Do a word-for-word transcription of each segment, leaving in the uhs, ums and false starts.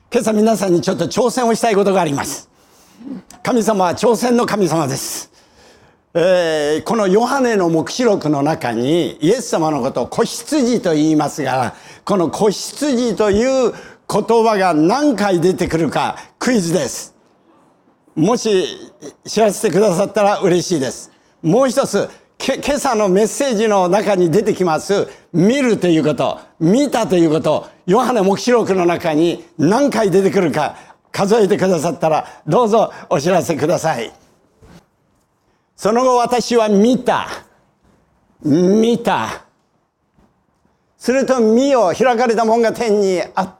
今朝皆さんにちょっと挑戦をしたいことがあります。神様は挑戦の神様です。えー、このヨハネの黙示録の中にイエス様のことを子羊と言いますが、この子羊という言葉が何回出てくるかクイズです。もし知らせてくださったら嬉しいです。もう一つ、け今朝のメッセージの中に出てきます見るということ、見たということ、ヨハネ黙示録の中に何回出てくるか数えてくださったらどうぞお知らせください。その後私は見た見たすると見よ、開かれた門が天にあった。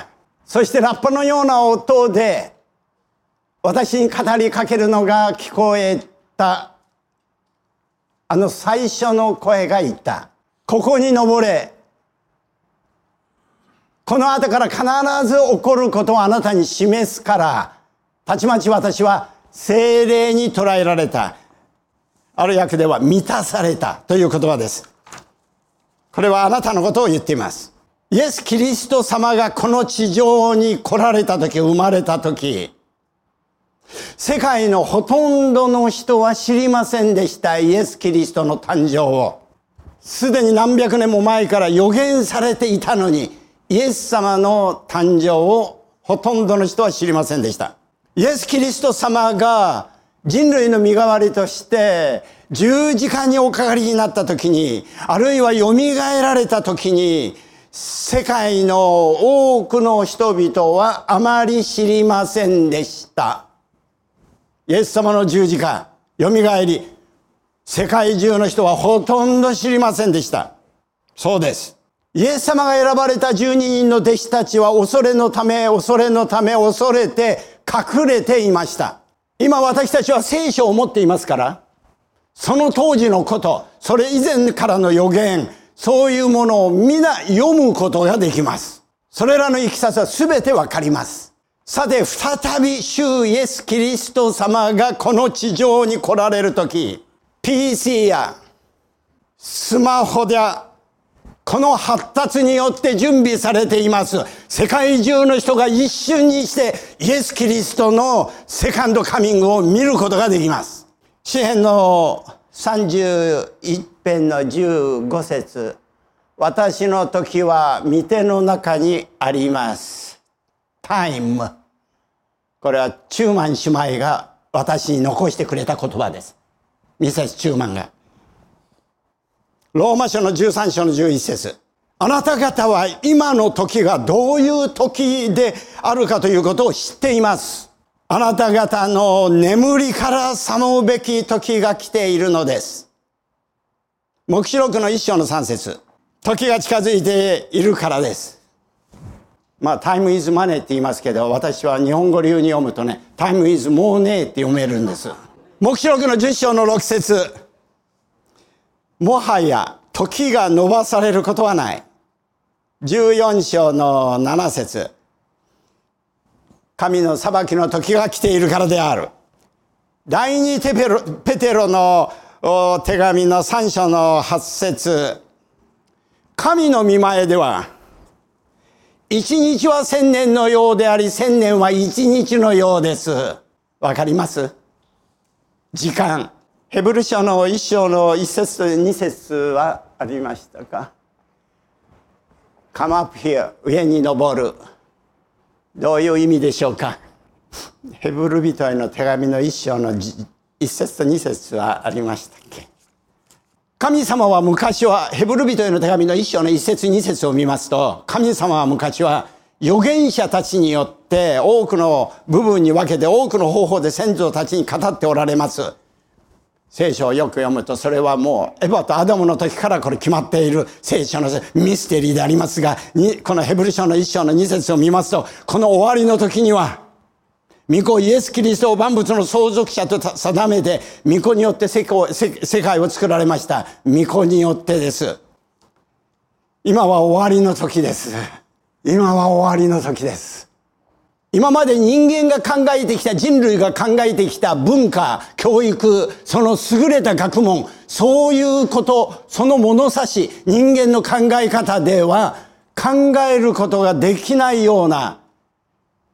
そしてラッパのような音で私に語りかけるのが聞こえた。あの最初の声が言った。ここに登れ。この後から必ず起こることをあなたに示すから。たちまち私は聖霊に捉えられた。ある訳では満たされたという言葉です。これはあなたのことを言っています。イエス・キリスト様がこの地上に来られた時、生まれた時、世界のほとんどの人は知りませんでした。イエス・キリストの誕生を。すでに何百年も前から予言されていたのに、イエス様の誕生をほとんどの人は知りませんでした。イエス・キリスト様が人類の身代わりとして十字架におかかりになった時に、あるいは蘇られた時に、世界の多くの人々はあまり知りませんでした。イエス様の十字架、蘇り、世界中の人はほとんど知りませんでした。そうです。イエス様が選ばれたじゅうににんの弟子たちは恐れのため、恐れのため、恐れて隠れていました。今私たちは聖書を持っていますから、その当時のこと、それ以前からの予言、そういうものを皆読むことができます。それらのいきさつは全てわかります。さて、再び主イエス・キリスト様がこの地上に来られるとき、ピーシー やスマホやこの発達によって準備されています。世界中の人が一瞬にしてイエス・キリストのセカンドカミングを見ることができます。詩編のさんじゅういち編のじゅうご節。私の時は御手の中にあります。タイム。これはチューマン姉妹が私に残してくれた言葉です。ミセス・チューマンが。ローマ書のじゅうさん章のじゅういち節。あなた方は今の時がどういう時であるかということを知っています。あなた方の眠りから覚むべき時が来ているのです。黙示録のいち章のさん節。時が近づいているからです。まあ、タイムイズマネーって言いますけど、私は日本語流に読むとね、タイムイズモーネーって読めるんです。黙示録のじゅっ章のろく節。もはや時が延ばされることはない。じゅうよん章のなな節。神の裁きの時が来ているからである。第二ペテロ、ペテロの手紙のさん章のはち節。神の御前では、一日は千年のようであり、千年は一日のようです。わかります？時間。ヘブル書の一章の一節と二節はありましたか？ Come up here 上に登る。どういう意味でしょうか？ヘブル人への手紙の一章の一節と二節はありましたっけ？神様は昔はヘブル人への手紙の一章の一節二節を見ますと、神様は昔は預言者たちによって多くの部分に分けて多くの方法で先祖たちに語っておられます。聖書をよく読むと、それはもうエヴァとアダムの時からこれ決まっている聖書のミステリーでありますが、このヘブル書の一章の二節を見ますと、この終わりの時には御子イエス・キリストを万物の相続者と定めて、御子によって世界を作られました。御子によってです。今は終わりの時です。今は終わりの時です。今まで人間が考えてきた、人類が考えてきた文化、教育、その優れた学問、そういうこと、その物差し、人間の考え方では考えることができないような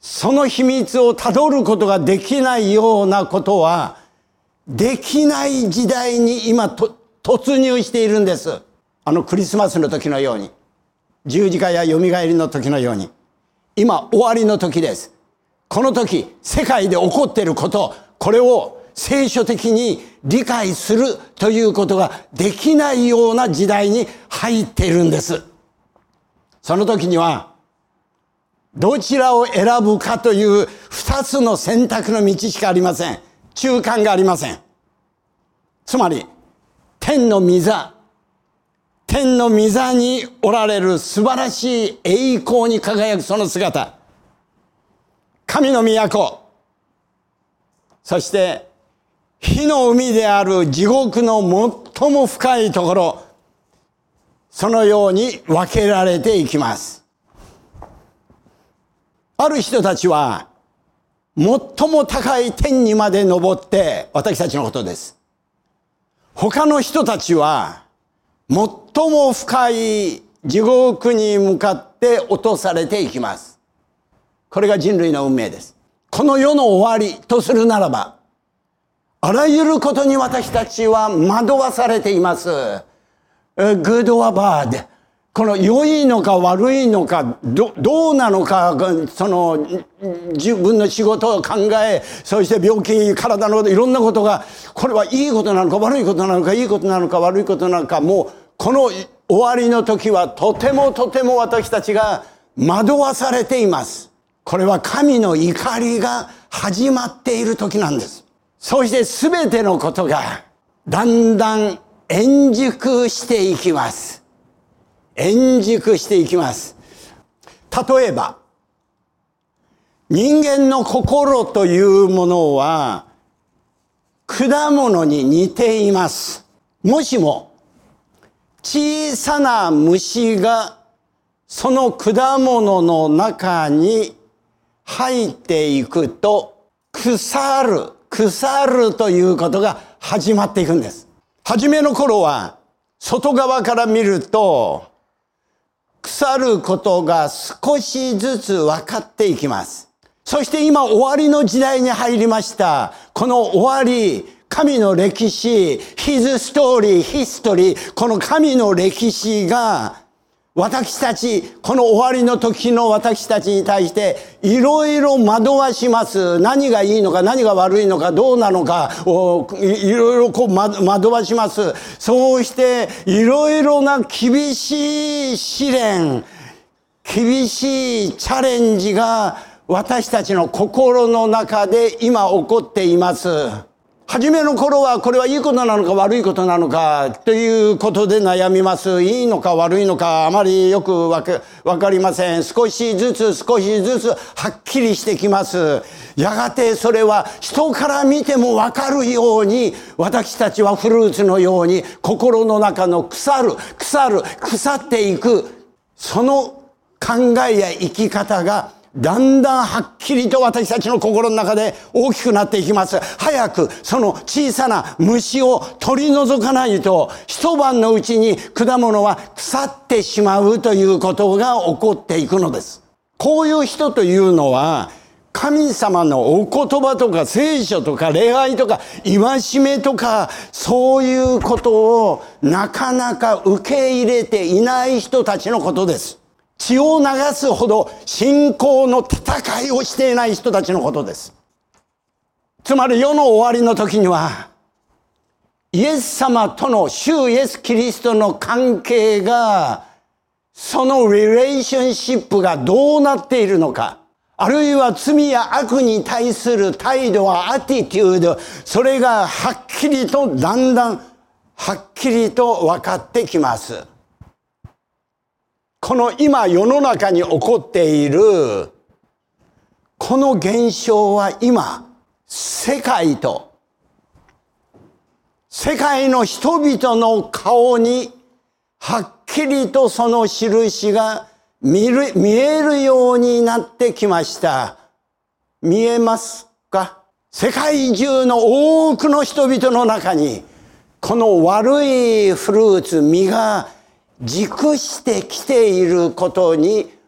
その秘密をたどることができないようなことは、できない時代に今と突入しているんです。あのクリスマスの時のように、十字架やよみがえりの時のように、今終わりの時です。この時、世界で起こっていること、これを聖書的に理解するということができないような時代に入っているんです。その時には、どちらを選ぶかという二つの選択の道しかありません。中間がありません。つまり、天の御座、天の御座におられる素晴らしい栄光に輝くその姿、神の都、そして火の海である地獄の最も深いところ、そのように分けられていきます。ある人たちは、最も高い天にまで登って、私たちのことです。他の人たちは、最も深い地獄に向かって落とされていきます。これが人類の運命です。この世の終わりとするならば、あらゆることに私たちは惑わされています。good or bad。この良いのか悪いのか、ど、どうなのか、その自分の仕事を考え、そして病気、体のいろんなことが、これはいいことなのか悪いことなのか、いいことなのか悪いことなのか、もうこの終わりの時はとてもとても私たちが惑わされています。これは神の怒りが始まっている時なんです。そして全てのことがだんだん円熟していきます。円熟していきます。例えば、人間の心というものは果物に似ています。もしも小さな虫がその果物の中に入っていくと腐る、腐るということが始まっていくんです。初めの頃は外側から見ると腐ることが少しずつ分かっていきます。そして今終わりの時代に入りました。この終わり、神の歴史、His story, history、この神の歴史が私たち、この終わりの時の私たちに対していろいろ惑わします。何がいいのか、何が悪いのか、どうなのか、いろいろこう惑わします。そうしていろいろな厳しい試練、厳しいチャレンジが私たちの心の中で今起こっています。初めの頃はこれはいいことなのか悪いことなのかということで悩みます。いいのか悪いのかあまりよくわか、わかりません。少しずつ少しずつはっきりしてきます。やがてそれは人から見てもわかるように、私たちはフルーツのように心の中の腐る、腐る、腐っていく、その考えや生き方がだんだんはっきりと私たちの心の中で大きくなっていきます。早くその小さな虫を取り除かないと、一晩のうちに果物は腐ってしまうということが起こっていくのです。こういう人というのは、神様のお言葉とか聖書とか礼拝とか戒めとか、そういうことをなかなか受け入れていない人たちのことです。血を流すほど信仰の戦いをしていない人たちのことです。つまり世の終わりの時には、イエス様との主イエス・キリストの関係が、そのリレーションシップがどうなっているのか、あるいは罪や悪に対する態度はアティテュード、それがはっきりとだんだんはっきりと分かってきます。この今世の中に起こっているこの現象は今世界と世界の人々の顔にはっきりとその印が見る、見えるようになってきました。見えますか？世界中の多くの人々の中にこの悪いフルーツ、実が熟してきていることに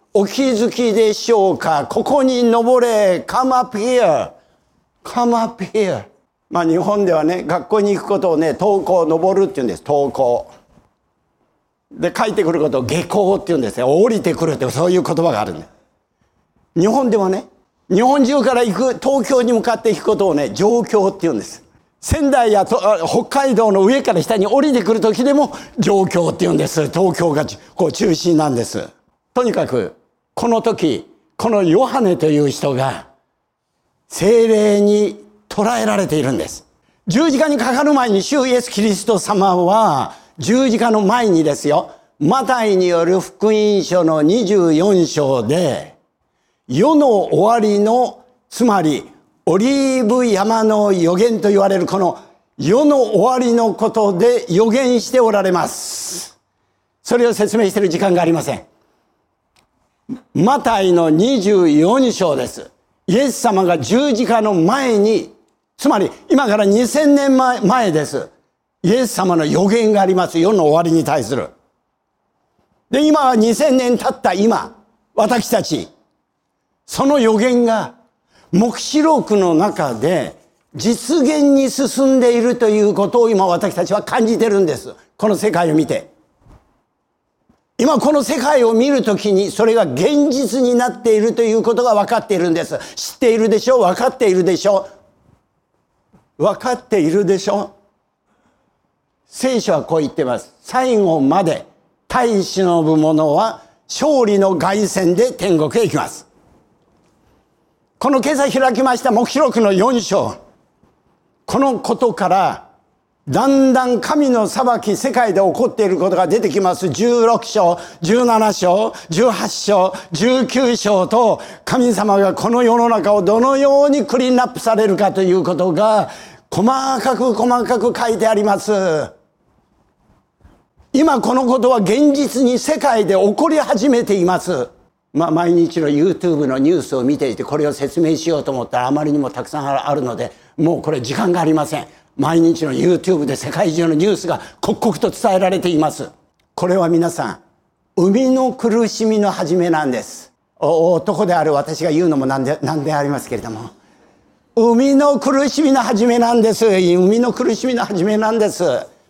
お気づきでしょうか。ここに登れ。Come up here. Come up here. まあ日本ではね、学校に行くことをね、登校、登るって言うんです。登校。で、帰ってくることを下校って言うんですよ。降りてくるって、そういう言葉があるんです。日本ではね、日本中から行く、東京に向かって行くことをね、上京って言うんです。仙台やと北海道の上から下に降りてくる時でも上京って言うんです。東京がこう中心なんです。とにかく、この時、このヨハネという人が、聖霊に捕らえられているんです。十字架にかかる前に、主イエスキリスト様は、十字架の前にですよ、マタイによる福音書のにじゅうよん章で、世の終わりの、つまり、オリーブ山の予言と言われるこの世の終わりのことで予言しておられます。それを説明している時間がありません。マタイのにじゅうよん章です。イエス様が十字架の前に、つまり今からにせんねんまえです。イエス様の予言があります。世の終わりに対する。で、今はにせんねん経った今、私たち、その予言が黙示録の中で実現に進んでいるということを今私たちは感じてるんです。この世界を見て。今この世界を見るときにそれが現実になっているということが分かっているんです。知っているでしょう？分かっているでしょう？分かっているでしょう？聖書はこう言ってます。最後まで耐え忍ぶ者は勝利の凱旋で天国へ行きます。この今朝開きました黙示録のよん章。このことからだんだん神の裁き、世界で起こっていることが出てきます。じゅうろく章、じゅうなな章、じゅうはち章、じゅうきゅう章と神様がこの世の中をどのようにクリーンナップされるかということが細かく細かく書いてあります。今このことは現実に世界で起こり始めています。まあ毎日の YouTube のニュースを見ていてこれを説明しようと思ったらあまりにもたくさんあるのでもうこれ時間がありません。毎日の YouTube で世界中のニュースが刻々と伝えられています。これは皆さん、生みの苦しみの始めなんです。男である私が言うのもなんで、なんでありますけれども。生みの苦しみの始めなんです。生みの苦しみの始めなんです。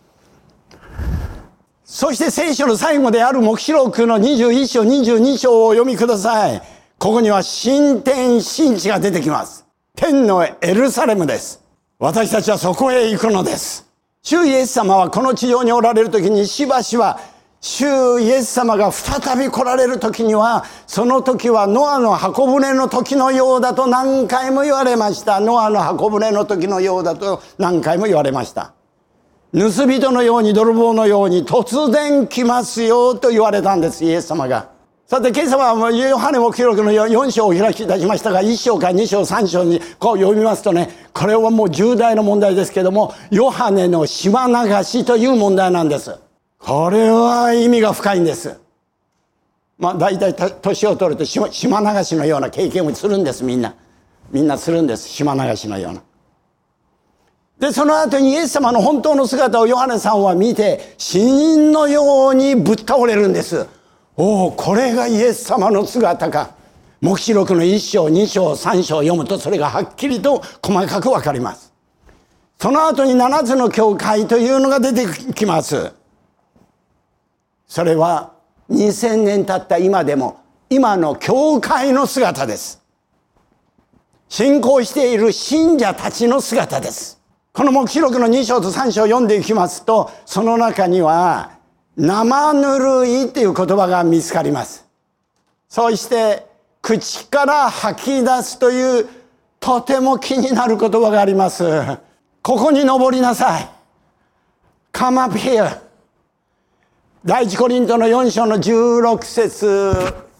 そして聖書の最後である黙示録のにじゅういち章、にじゅうに章をお読みください。ここには新天新地が出てきます。天のエルサレムです。私たちはそこへ行くのです。主イエス様はこの地上におられる時にしばしば主イエス様が再び来られる時にはその時はノアの箱舟の時のようだと何回も言われました。ノアの箱舟の時のようだと何回も言われました。盗人のように泥棒のように突然来ますよと言われたんです。イエス様が。さて今朝はヨハネ黙示録のよん章を開き出しましたがいち章かに章さん章にこう読みますとね、これはもう重大な問題ですけどもヨハネの島流しという問題なんです。これは意味が深いんです。まあ大体年を取ると島流しのような経験をするんです。みんなみんなするんです。島流しのような。でその後にイエス様の本当の姿をヨハネさんは見て死人のようにぶっ倒れるんです。おお、これがイエス様の姿か。黙示録のいち章、に章、さん章を読むとそれがはっきりと細かくわかります。その後にななつの教会というのが出てきます。それはにせんねん経った今でも今の教会の姿です。信仰している信者たちの姿です。この黙示録のに章とさん章を読んでいきますとその中には生ぬるいっていう言葉が見つかります。そして口から吐き出すというとても気になる言葉があります。ここに登りなさい。Come up here。第一コリントのよん章のじゅうろく節。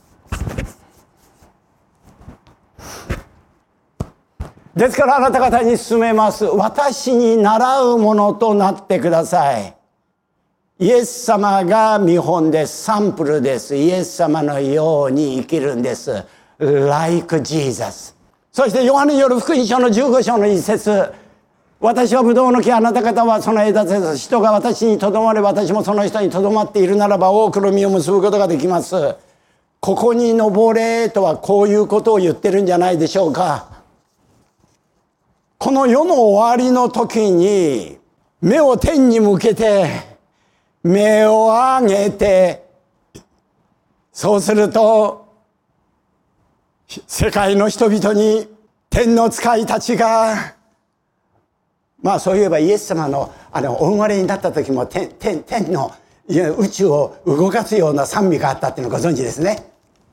ですからあなた方に勧めます。私に習うものとなってください。イエス様が見本です。サンプルです。イエス様のように生きるんです。Like Jesus。そしてヨハネによる福音書のじゅうご章の一節。私はブドウの木、あなた方はその枝です。人が私にとどまれば私もその人にとどまっているならば多くの実を結ぶことができます。 ここに登れとはこういうことを言ってるんじゃないでしょうか。この世の終わりの時に目を天に向けて、目を上げて、そうすると世界の人々に天の使いたちが、まあそういえばイエス様のあのお生まれになった時も天、天、天のいや宇宙を動かすような賛美があったっていうのをご存知ですね。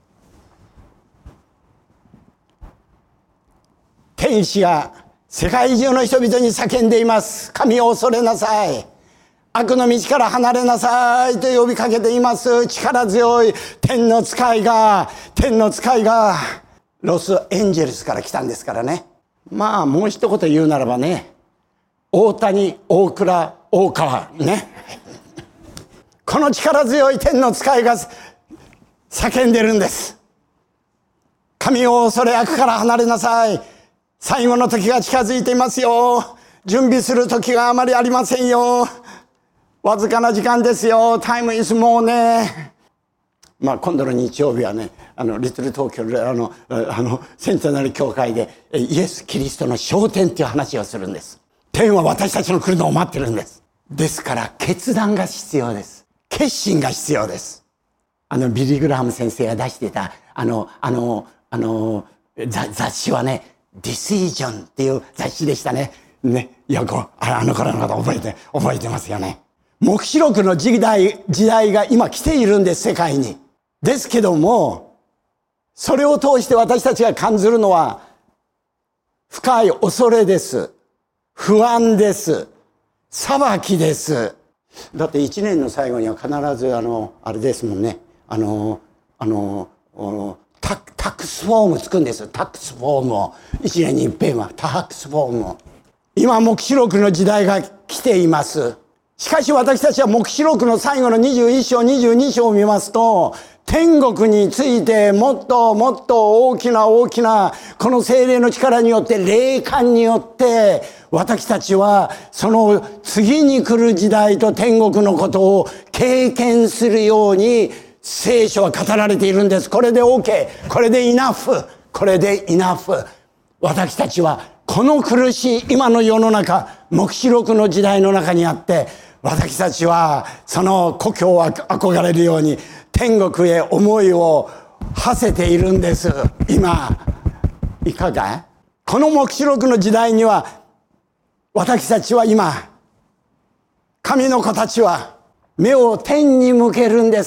天使が世界中の人々に叫んでいます。神を恐れなさい。悪の道から離れなさいと呼びかけています。力強い天の使いが、天の使いがロスエンジェルスから来たんですからね。まあもう一言言うならばね、大谷、大倉、大川ね。この力強い天の使いが叫んでるんです。神を恐れ悪から離れなさい。最後の時が近づいていますよ。準備する時があまりありませんよ。わずかな時間ですよ。タイムイズもうね。まあ今度の日曜日はね、あのリトル東京あのあのセントナル教会でイエス・キリストの昇天っていう話をするんです。天は私たちの来るのを待ってるんです。ですから決断が必要です。決心が必要です。あのビリー・グラハム先生が出してたあのあのあの雑誌はね、ディシージョンっていう雑誌でしたね。ね、よくあの頃のこと覚えて覚えてますよね。黙示録の時代時代が今来ているんです、世界に。ですけども、それを通して私たちが感じるのは深い恐れです。不安です。裁きです。だって一年の最後には必ずあのあれですもんね。あのあのタ, タックスフォームつくんです。タックスフォームを一年に一遍はタックスフォームを。今黙示録の時代が来ています。しかし私たちは黙示録の最後のにじゅういっ章にじゅうに章を見ますと、天国についてもっともっと大きな大きなこの聖霊の力によって、霊感によって私たちはその次に来る時代と天国のことを経験するように聖書は語られているんです。これで OK。これで enough。これで enough。私たちはこの苦しい今の世の中、黙示録の時代の中にあって、私たちはその故郷を憧れるように天国へ思いを馳せているんです。今、いかが？この黙示録の時代には、私たちは今、神の子たちは目を天に向けるんです。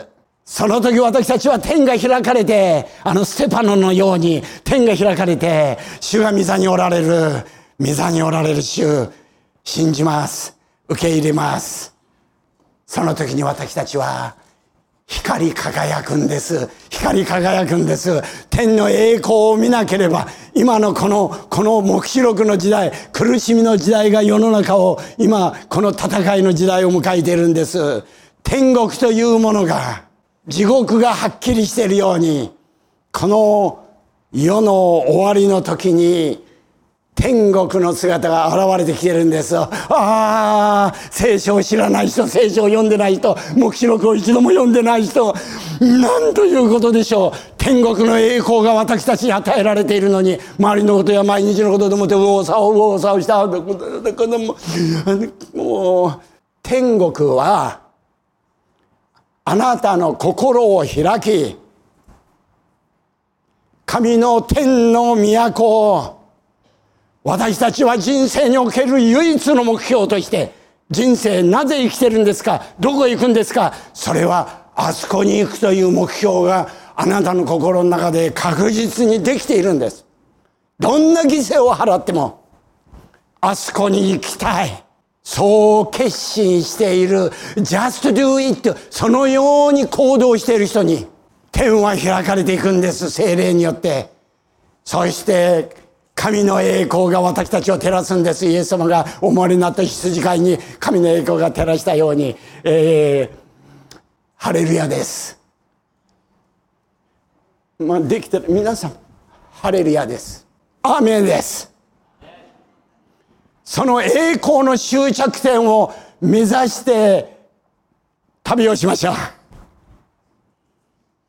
その時私たちは天が開かれて、あのステパノのように天が開かれて、主が御座におられる、御座におられる主、信じます。受け入れます。その時に私たちは光り輝くんです。光り輝くんです。天の栄光を見なければ、今のこの、この黙示録の時代、苦しみの時代が世の中を、今、この戦いの時代を迎えているんです。天国というものが、地獄がはっきりしているように、この世の終わりの時に、天国の姿が現れてきてるんですよ。ああ、聖書を知らない人、聖書を読んでない人、黙示録を一度も読んでない人、なんということでしょう。天国の栄光が私たちに与えられているのに、周りのことや毎日のことでもって右往左往右往左往した。もう天国はあなたの心を開き、神の天の都を、私たちは人生における唯一の目標として、人生なぜ生きてるんですか？どこへ行くんですか？それはあそこに行くという目標があなたの心の中で確実にできているんです。どんな犠牲を払ってもあそこに行きたい、そう決心している Just do it、 そのように行動している人に天は開かれていくんです。聖霊によって。そして神の栄光が私たちを照らすんです。イエス様がお生まれになった羊飼いに神の栄光が照らしたように、えー、ハレルヤです。まあ、できてる皆さん、ハレルヤです。アーメンです。その栄光の終着点を目指して旅をしましょう。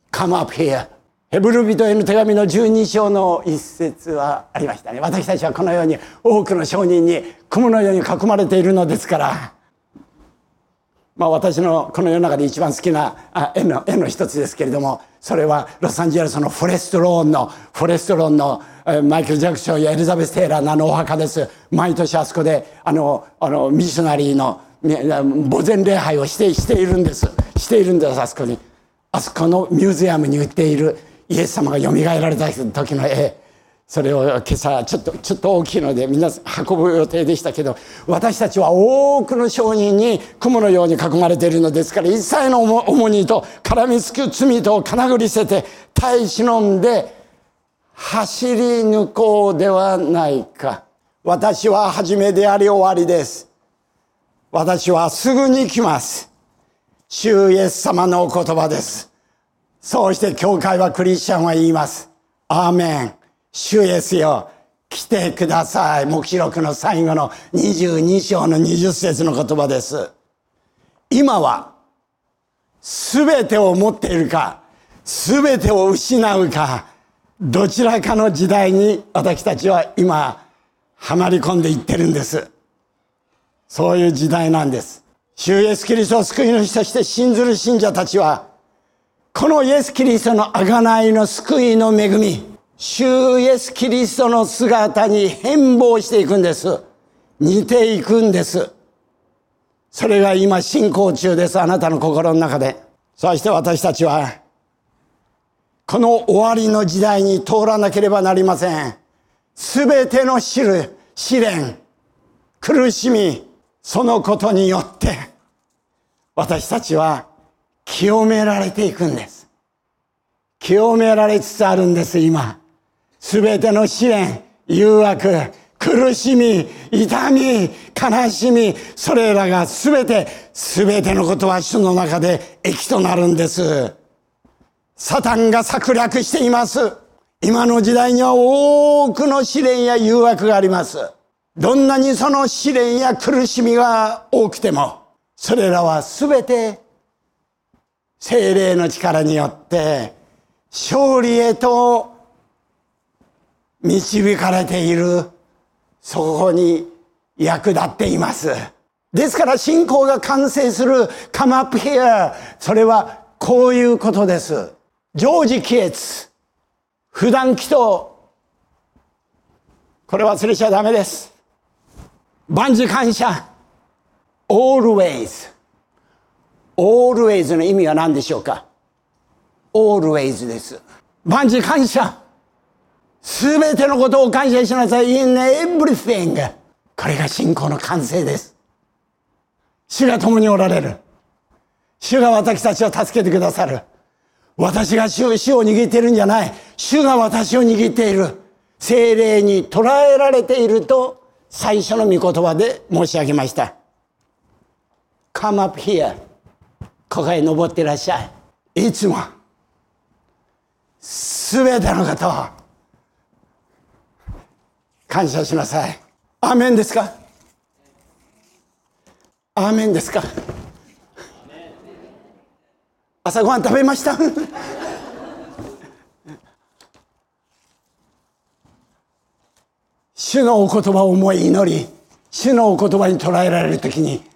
Come up here。ヘブル人への手紙のじゅうに章の一節はありましたね。私たちはこのように多くの証人に雲のように囲まれているのですから、まあ私のこの世の中で一番好きな絵の、絵の一つですけれども、それはロサンゼルスのフォレストローンの、フォレストローンのマイケル・ジャクソンやエリザベス・テイラーのあのお墓です。毎年あそこであの、あのミッショナリーの墓前礼拝をしてしているんです。しているんです、あそこに。あそこのミュージアムに売っているイエス様が蘇られた時の絵、それを今朝ちょっとちょっと大きいのでみんな運ぶ予定でしたけど、私たちは多くの証人に雲のように囲まれているのですから、一切の重荷と絡みつく罪とをかなぐり捨てて耐え忍んで走り抜こうではないか。私は初めであり終わりです。私はすぐに来ます。主イエス様のお言葉です。そうして教会はクリスチャンは言います。アーメン。主イエスよ、来てください。黙示録の最後のにじゅうに章のにじゅっ節の言葉です。今は全てを持っているか、全てを失うか、どちらかの時代に私たちは今はまり込んでいってるんです。そういう時代なんです。主イエスキリストを救い主として信ずる信者たちは、このイエスキリストの贖いの救いの恵み、主イエスキリストの姿に変貌していくんです。似ていくんです。それが今進行中です。あなたの心の中で。そして私たちはこの終わりの時代に通らなければなりません。すべての試練、苦しみ、そのことによって私たちは清められていくんです。清められつつあるんです。今すべての試練、誘惑、苦しみ、痛み、悲しみ、それらがすべてすべてのことは主の中で益となるんです。サタンが策略しています。今の時代には多くの試練や誘惑があります。どんなにその試練や苦しみが多くても、それらはすべて聖霊の力によって勝利へと導かれている、そこに役立っています。ですから信仰が完成する Come up here、 それはこういうことです。常時帰依、普段祈祷、これ忘れちゃダメです。万事感謝、 always。 always の意味は何でしょうか。 always です。万事感謝、すべてのことを感謝しなさい。in everything。 これが信仰の完成です。主が共におられる。主が私たちを助けてくださる。私が主を、主を握っているんじゃない。主が私を握っている。聖霊に捉えられていると最初の御言葉で申し上げました。 Come up here。 ここへ登っていらっしゃい。いつもすべてのことを感謝しなさい。アーメンですか。アーメンですか。朝ごはん食べました主のお言葉を思い祈り、主のお言葉に捉えられるときに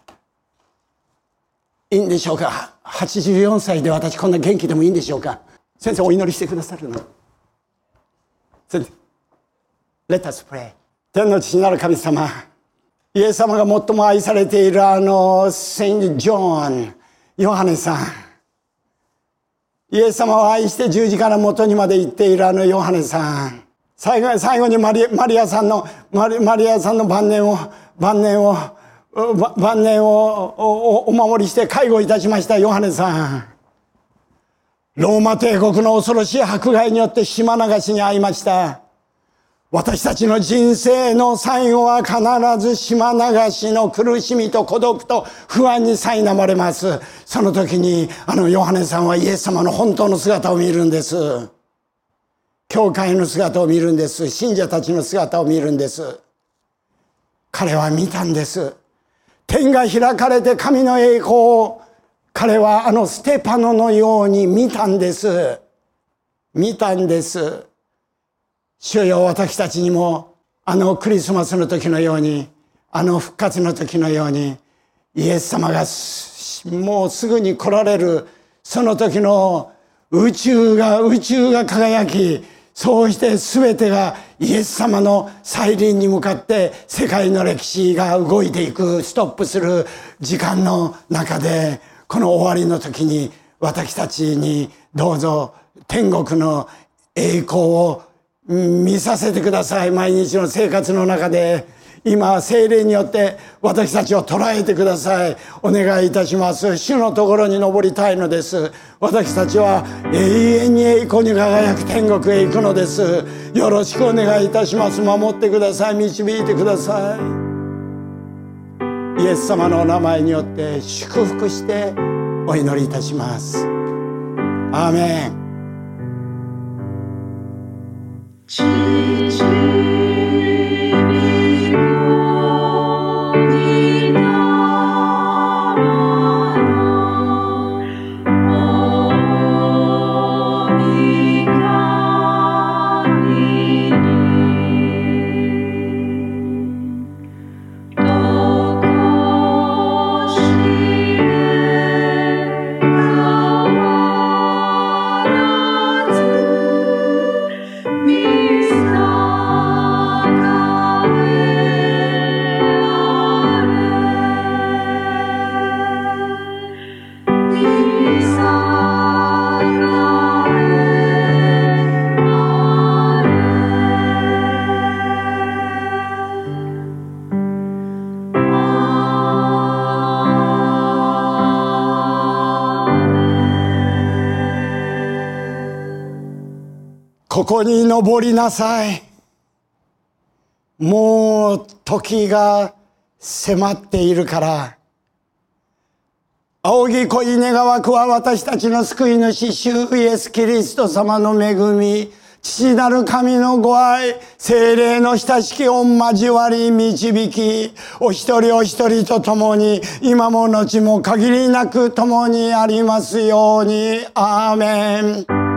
いいんでしょうか。はちじゅうよんさいで私こんな元気でもいいんでしょうか。先生お祈りしてくださるの。先生 Let us pray。 天の父なる神様、イエス様が最も愛されているあのセイント・ジョーン、ヨハネさん、イエス様を愛して十字架の元にまで行っているあのヨハネさん、最後、最後にマリ、マリアさんのマリ、マリアさんの晩年を晩年を晩年を お, お守りして介護いたしましたヨハネさん、ローマ帝国の恐ろしい迫害によって島流しに遭いました。私たちの人生の最後は必ず島流しの苦しみと孤独と不安に苛まれます。その時にあのヨハネさんはイエス様の本当の姿を見るんです。教会の姿を見るんです。信者たちの姿を見るんです。彼は見たんです。天が開かれて神の栄光を彼はあのステパノのように見たんです。見たんです。主よ、私たちにもあのクリスマスの時のように、あの復活の時のように、イエス様がもうすぐに来られるその時の宇宙が宇宙が輝き、そうして全てがイエス様の再臨に向かって世界の歴史が動いていく、ストップする時間の中で、この終わりの時に私たちにどうぞ天国の栄光を見させてください。毎日の生活の中で今聖霊によって私たちを捉えてください。お願いいたします。主のところに登りたいのです。私たちは永遠に栄光に輝く天国へ行くのです。よろしくお願いいたします。守ってください。導いてください。イエス様のお名前によって祝福してお祈りいたします。アーメン。ここに登りなさい。もう時が迫っているから。仰ぎ恋願わくは私たちの救い主主イエスキリスト様の恵み、父なる神のご愛、聖霊の親しき御交わり導き、お一人お一人と共に今も後も限りなく共にありますように。アーメン。